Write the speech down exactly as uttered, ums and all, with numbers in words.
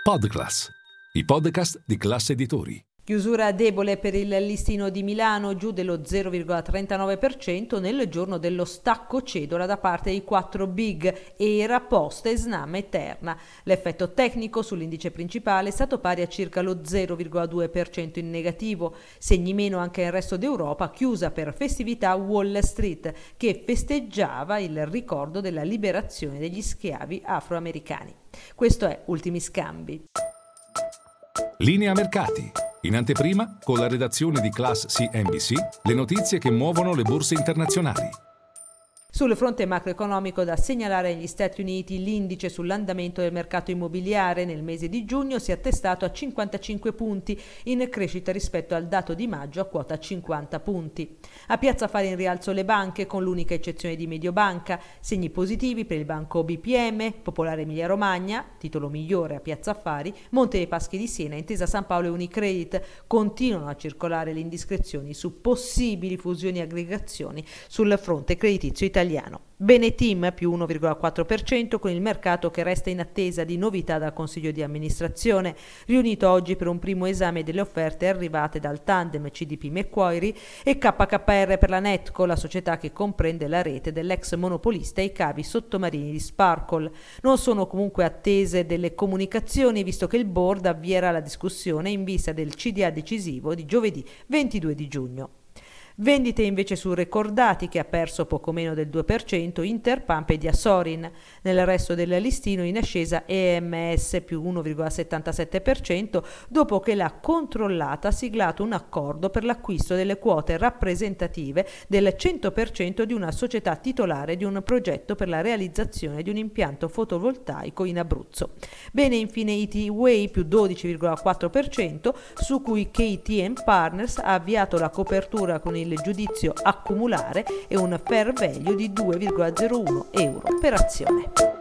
Podclass, i podcast di Class Editori. Chiusura debole per il listino di Milano, giù dello zero virgola trentanove per cento nel giorno dello stacco cedola da parte dei quattro big, Era, Poste, Snam e Terna. L'effetto tecnico sull'indice principale è stato pari a circa lo zero virgola due per cento in negativo, segni meno anche nel resto d'Europa, chiusa per festività Wall Street, che festeggiava il ricordo della liberazione degli schiavi afroamericani. Questo è Ultimi Scambi. Linea mercati. In anteprima, con la redazione di Class C N B C, le notizie che muovono le borse internazionali. Sul fronte macroeconomico, da segnalare negli Stati Uniti, l'indice sull'andamento del mercato immobiliare nel mese di giugno si è attestato a cinquantacinque punti, in crescita rispetto al dato di maggio a quota cinquanta punti. A Piazza Affari in rialzo le banche, con l'unica eccezione di Mediobanca, segni positivi per il banco B P M, Popolare Emilia Romagna, titolo migliore a Piazza Affari, Monte dei Paschi di Siena, Intesa San Paolo e Unicredit. Continuano a circolare le indiscrezioni su possibili fusioni e aggregazioni sul fronte creditizio italiano. Beneteam più uno virgola quattro per cento, con il mercato che resta in attesa di novità dal Consiglio di amministrazione, riunito oggi per un primo esame delle offerte arrivate dal tandem C D P Macquarie e K K R per la Netco, la società che comprende la rete dell'ex monopolista e i cavi sottomarini di Sparkle. Non sono comunque attese delle comunicazioni, visto che il board avvierà la discussione in vista del C D A decisivo di giovedì ventidue di giugno. Vendite invece su Recordati, che ha perso poco meno del due per cento, Interpump e Diasorin. Nel resto del listino in ascesa E M S più uno virgola settantasette per cento, dopo che la controllata ha siglato un accordo per l'acquisto delle quote rappresentative del cento per cento di una società titolare di un progetto per la realizzazione di un impianto fotovoltaico in Abruzzo. Bene infine I T Way più dodici virgola quattro per cento, su cui K T M Partners ha avviato la copertura con il giudizio accumulare e un fair value di due virgola zero uno euro per azione.